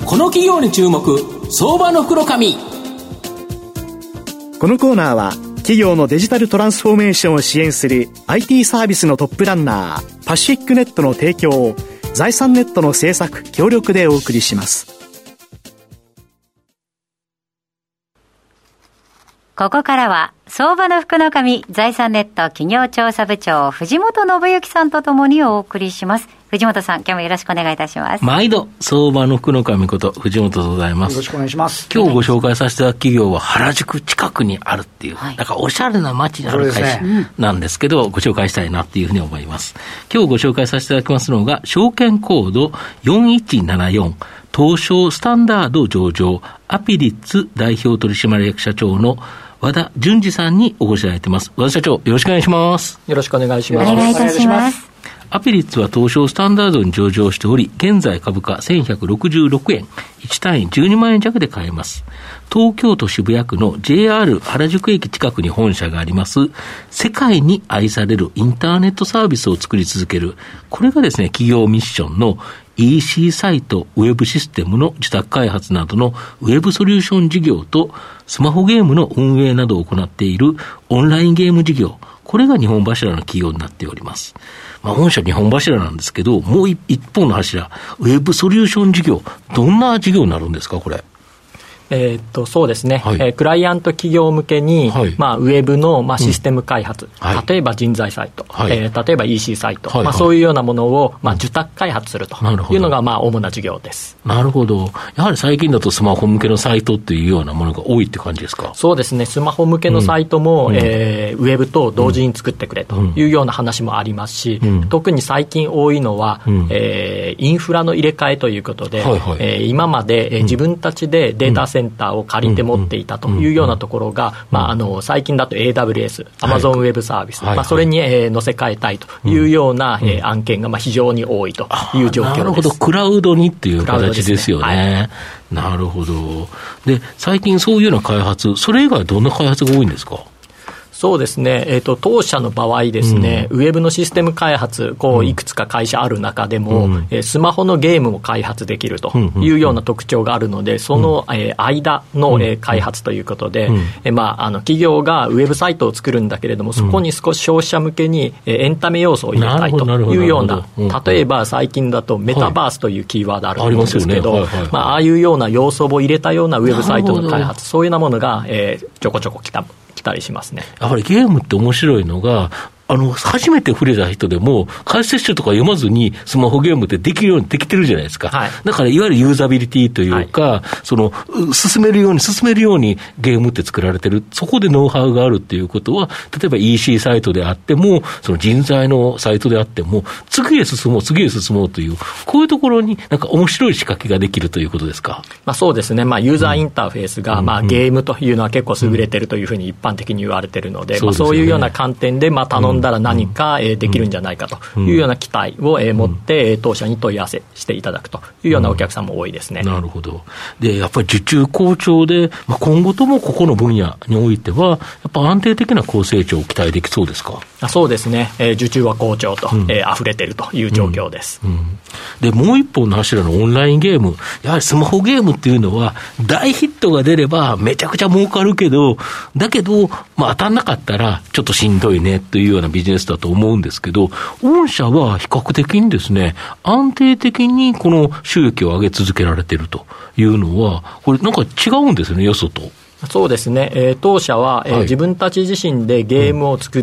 この企業に注目、相場の袋紙。 このコーナーは企業のデジタルトランスフォーメーションを支援する IT サービスのトップランナーパシフィックネットの提供を財産ネットの制作協力でお送りします。 ここからは相場の福の神、財産ネット企業調査部長藤本信之さんとともにお送りします。藤本さん、今日もよろしくお願いいたします。 毎度相場の福の神こと藤本でございます。 よろしくお願いします。 今日ご紹介させていただく企業は原宿近くにあるっていう、だからおしゃれな街にある会社なんですけど、ご紹介したいなっていうふうに思います。今日ご紹介させていただきますのが証券コード4174東証スタンダード上場アピリッツ代表取締役社長の和田淳二さんにお越しいただいています。和田社長、よろしくお願いします。 よろしくお願いします。 お願いいたします。 アピリッツは東証スタンダードに上場しており、現在株価1166円、1単位12万円弱で買えます。東京都渋谷区の JR 原宿駅近くに本社があります、世界に愛されるインターネットサービスを作り続ける、これがですね、企業ミッションの EC サイト、ウェブシステムの受託開発などのウェブソリューション事業と、スマホゲームの運営などを行っているオンラインゲーム事業、これが日本柱の企業になっております。本社日本柱なんですけど、もう一方の柱、ウェブソリューション事業、どんな事業になるんですか、これ。 そうですね、クライアント企業向けに、ウェブの、システム開発、例えば人材サイト、例えば EC サイト、そういうようなものを、受託開発するというのが、主な事業です。 なるほど。やはり最近だとスマホ向けのサイトっていうようなものが多いって感じですか。 そうですね、スマホ向けのサイトも、ウェブと同時に作ってくれというような話もありますし、特に最近多いのは、インフラの入れ替えということで、今まで、自分たちでデータセンターを借りて持っていたというようなところが、最近だと AWS、Amazon ウェブサービス、それに、乗せ替えたいというような、案件が、非常に多いという状況です。 なるほど、クラウドにっていう形ですよね。なるほど。で、最近そういうような開発、それ以外どんな開発が多いんですか。 そうですね、当社の場合ですね、ウェブのシステム開発、いくつか会社ある中でも、スマホのゲームも開発できるというような特徴があるので、その、間の、開発ということで、企業がウェブサイトを作るんだけれども、そこに少し消費者向けに、エンタメ要素を入れたいというような、例えば最近だとメタバースというキーワードあると思うんですけど、ああいうような要素を入れたようなウェブサイトの開発、そういうようなものが、ちょこちょこ来たりしますね。 やっぱりゲームって面白いのが、初めて触れた人でも解説書とか読まずにスマホゲームってできるようにできてるじゃないですか。だからいわゆるユーザビリティというか、進めるようにゲームって作られてる。そこでノウハウがあるっていうことは、例えば EC サイトであっても、その人材のサイトであっても、次へ進もうという、こういうところになんか面白い仕掛けができるということですか。 そうですね。ユーザーインターフェースが、ゲームというのは結構優れてるというふうに一般的に言われているので、そういうような観点で、頼んだら何かできるんじゃないかというような期待を持って当社に問い合わせしていただくというようなお客さんも多いですね。 なるほど。で、やっぱり受注好調で、今後ともここの分野においてはやっぱ安定的な高成長を期待できそうですか。 そうですね、受注は好調と、溢れているという状況です。 で、もう一方の柱のオンラインゲーム、やはりスマホゲームっていうのは大ヒットが出ればめちゃくちゃ儲かるけど、だけど、当たんなかったらちょっとしんどいねというようなビジネスだと思うんですけど、御社は比較的にですね、安定的にこの収益を上げ続けられているというのは、これなんか違うんですね、よそと。 そうですね、当社は、自分たち自身でゲームを作って、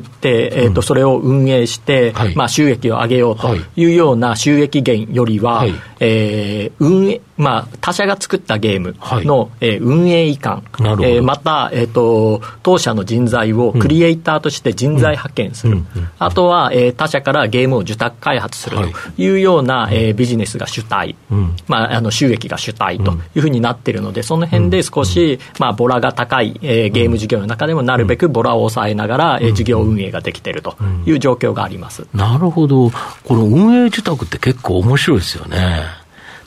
それを運営して、収益を上げようというような収益源よりは、運営、他社が作ったゲームの、運営移管、また、当社の人材をクリエイターとして人材派遣する、あとは、他社からゲームを受託開発するというような、ビジネスが主体、収益が主体というふうになっているので、その辺で少し、ボラが高い、ゲーム事業の中でもなるべくボラを抑えながら、事業運営ができているという状況があります。 なるほど。この運営受託って結構面白いですよね。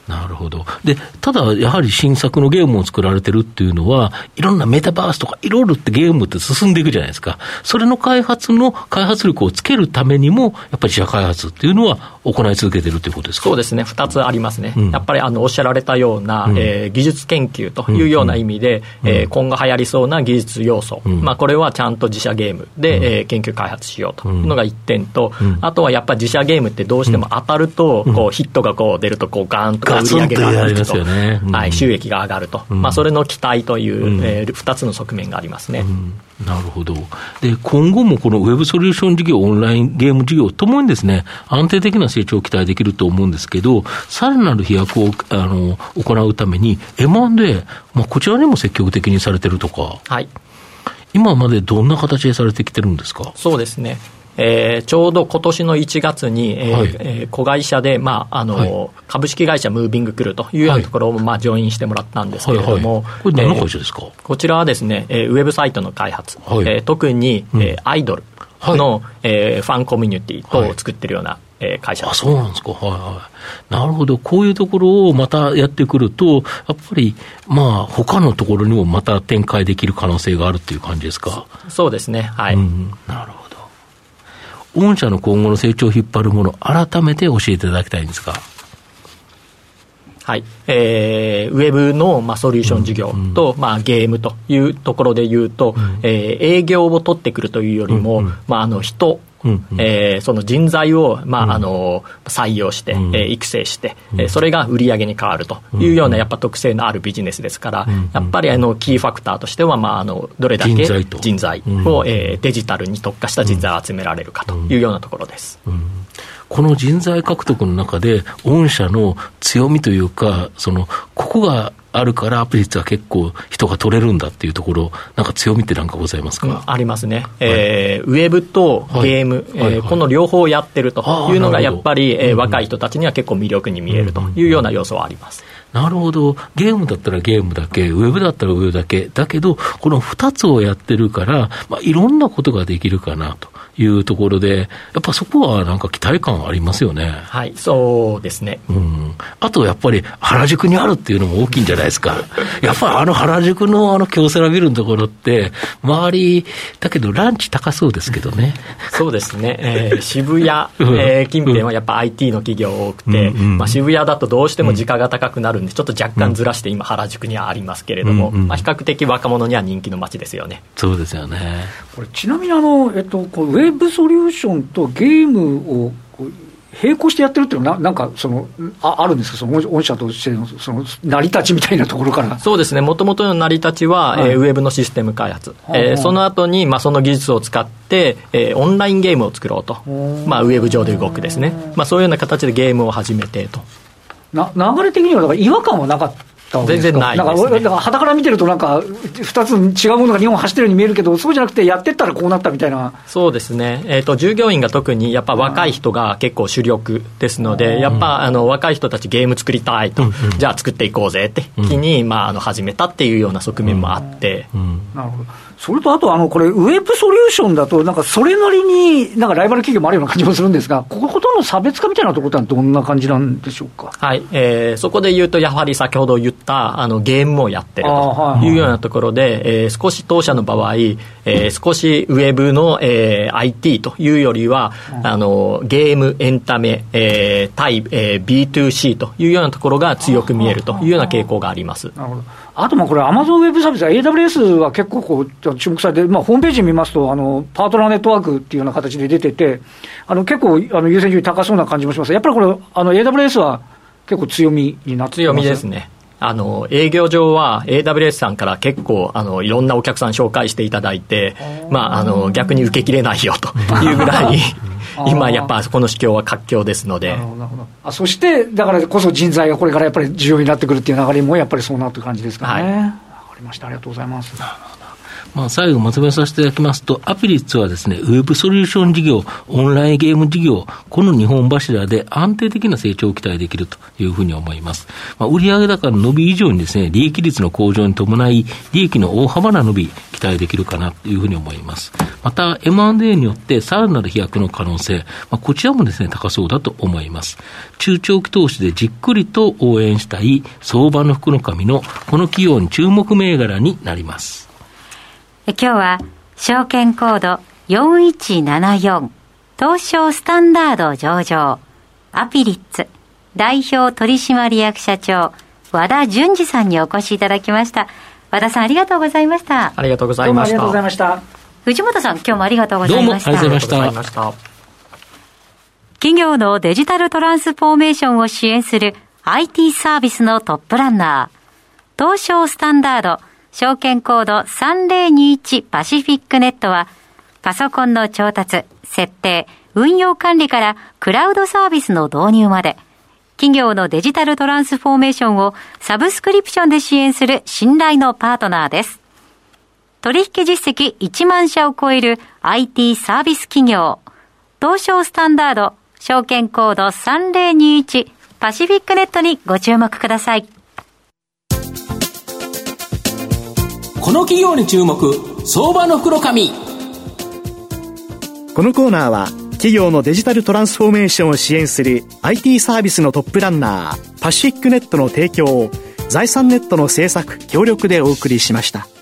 なるほど。で、ただやはり新作のゲームを作られてるっていうのは、いろんなメタバースとかいろいろってゲームって進んでいくじゃないですか。それの開発力をつけるためにも、やっぱり自社開発っていうのは行い続けてるということですか。 そうですね、2つありますね。やっぱりおっしゃられたような、技術研究というような意味で、今後流行りそうな技術要素、これはちゃんと自社ゲームで、研究開発しようというのが1点と、あとはやっぱり自社ゲームってどうしても当たると、ヒットが出るとガーンと売り上げが上がると、収益が上がると、それの期待という、2つの側面がありますね。 なるほど。で、今後もこのウェブソリューション事業、オンラインゲーム事業ともにですね、安定的な成長を期待できると思うんですけど、さらなる飛躍を行うために M&A、こちらにも積極的にされてるとか、 はい、 今までどんな形でされてきてるんですか。 そうですね、ちょうど今年の1月に、子会社で、株式会社ムービングクルーというようなところを、ジョインしてもらったんですけれども、 これ何の会社ですか。 こちらはですね、ウェブサイトの開発、特に、アイドルの、ファンコミュニティ等を作っているような、会社です。 そうなんですか。なるほど。こういうところをまたやってくると、やっぱり他のところにもまた展開できる可能性があるっていう感じですか。 そうですね。はい。 なるほど。御社の今後の成長を引っ張るもの、改めて教えていただきたいんですが。 はい、ウェブの、ソリューション事業と、ゲームというところでいうと、営業を取ってくるというよりも、人、その人材を、採用して、育成して、それが売り上げに変わるというようなやっぱ特性のあるビジネスですから、やっぱりキーファクターとしては、どれだけ人材を、デジタルに特化した人材を集められるかというようなところです。 この人材獲得の中で御社の強みというか、ここがあるからアプリ実は結構人が取れるんだっていうところ、なんか強みって何かございますか。 ありますね、ウェブとゲーム、この両方やってるというのがやっぱり、若い人たちには結構魅力に見えるというような要素はあります。 なるほど。ゲームだったらゲームだけ、ウェブだったらウェブだけだけど、この2つをやってるから、いろんなことができるかなというところで、やっぱそこはなんか期待感ありますよね。 はい、そうですね。 あとやっぱり原宿にあるっていうのも大きいんじゃないですか。やっぱり原宿の京セラビルのところって周りだけどランチ高そうですけどね。 そうですね。渋谷、近辺はやっぱ IT の企業多くて、渋谷だとどうしても時価が高くなるんで、ちょっと若干ずらして今原宿にはありますけれども、比較的若者には人気の街ですよね。 そうですよね。 これちなみにこうウェブソリューションとゲームを並行してやってるっていうのはなんかあるんですか。御社としての成り立ちみたいなところから。 そうですね。もともとの成り立ちは、ウェブのシステム開発、その後に、その技術を使って、オンラインゲームを作ろうと、ウェブ上で動くですね、そういうような形でゲームを始めてと。 流れ的にはだから違和感はなかったわけですか。 全然ないですね。 だから傍から見てるとなんか2つ違うものが2本走ってるように見えるけど、そうじゃなくてやってったらこうなったみたいな。 そうですね、従業員が特にやっぱ若い人が結構主力ですので、やっぱ若い人たちゲーム作りたいと、じゃあ作っていこうぜって気に、始めたっていうような側面もあって、 なるほど。それとあとこれウェブソリューションだとなんかそれなりになんかライバル企業もあるような感じもするんですが、こことの差別化みたいなところってどんな感じなんでしょうか。 はい、そこで言うとやはり先ほど言ったゲームをやってるというようなところで、少し当社の場合、少しウェブの、IT というよりは、ゲームエンタメ、対、B2C というようなところが強く見えるというような傾向があります。 なるほど。あとこれ Amazon ウェブサービスは AWS は結構注目されて、ホームページ見ますとパートナーネットワークっていうような形で出てて、結構優先順位高そうな感じもします。やっぱりこれAWS は結構強みになってます。 強みですね。営業上は AWS さんから結構いろんなお客さん紹介していただいて、逆に受けきれないよというぐらい今やっぱこの市況は活況ですので。 なるほど。そしてだからこそ人材がこれからやっぱり重要になってくるっていう流れもやっぱりそうなっていう感じですかね。わかりました。ありがとうございます。 最後まとめさせていただきますと、アピリッツはですね、ウェブソリューション事業、オンラインゲーム事業、この2本柱で安定的な成長を期待できるというふうに思います。売上高の伸び以上にですね、利益率の向上に伴い、利益の大幅な伸び、期待できるかなというふうに思います。また、M&A によってさらなる飛躍の可能性、こちらもですね、高そうだと思います。中長期投資でじっくりと応援したい相場の福の神のこの企業に注目銘柄になります。 今日は証券コード4174東証スタンダード上場アピリッツ代表取締役社長和田淳二さんにお越しいただきました。和田さん、ありがとうございました。 ありがとうございました。 どうもありがとうございました。 藤本さん、今日もありがとうございました。 どうもありがとうございました。 企業のデジタルトランスフォーメーションを支援する IT サービスのトップランナー東証スタンダード証券コード3021パシフィックネットはパソコンの調達、設定、運用管理からクラウドサービスの導入まで企業のデジタルトランスフォーメーションをサブスクリプションで支援する信頼のパートナーです。取引実績1万社を超える IT サービス企業東証スタンダード証券コード3021パシフィックネットにご注目ください。 この企業に注目、相場の福の神。 このコーナーは企業のデジタルトランスフォーメーションを支援する IT サービスのトップランナーパシフィックネットの提供を財産ネットの制作協力でお送りしました。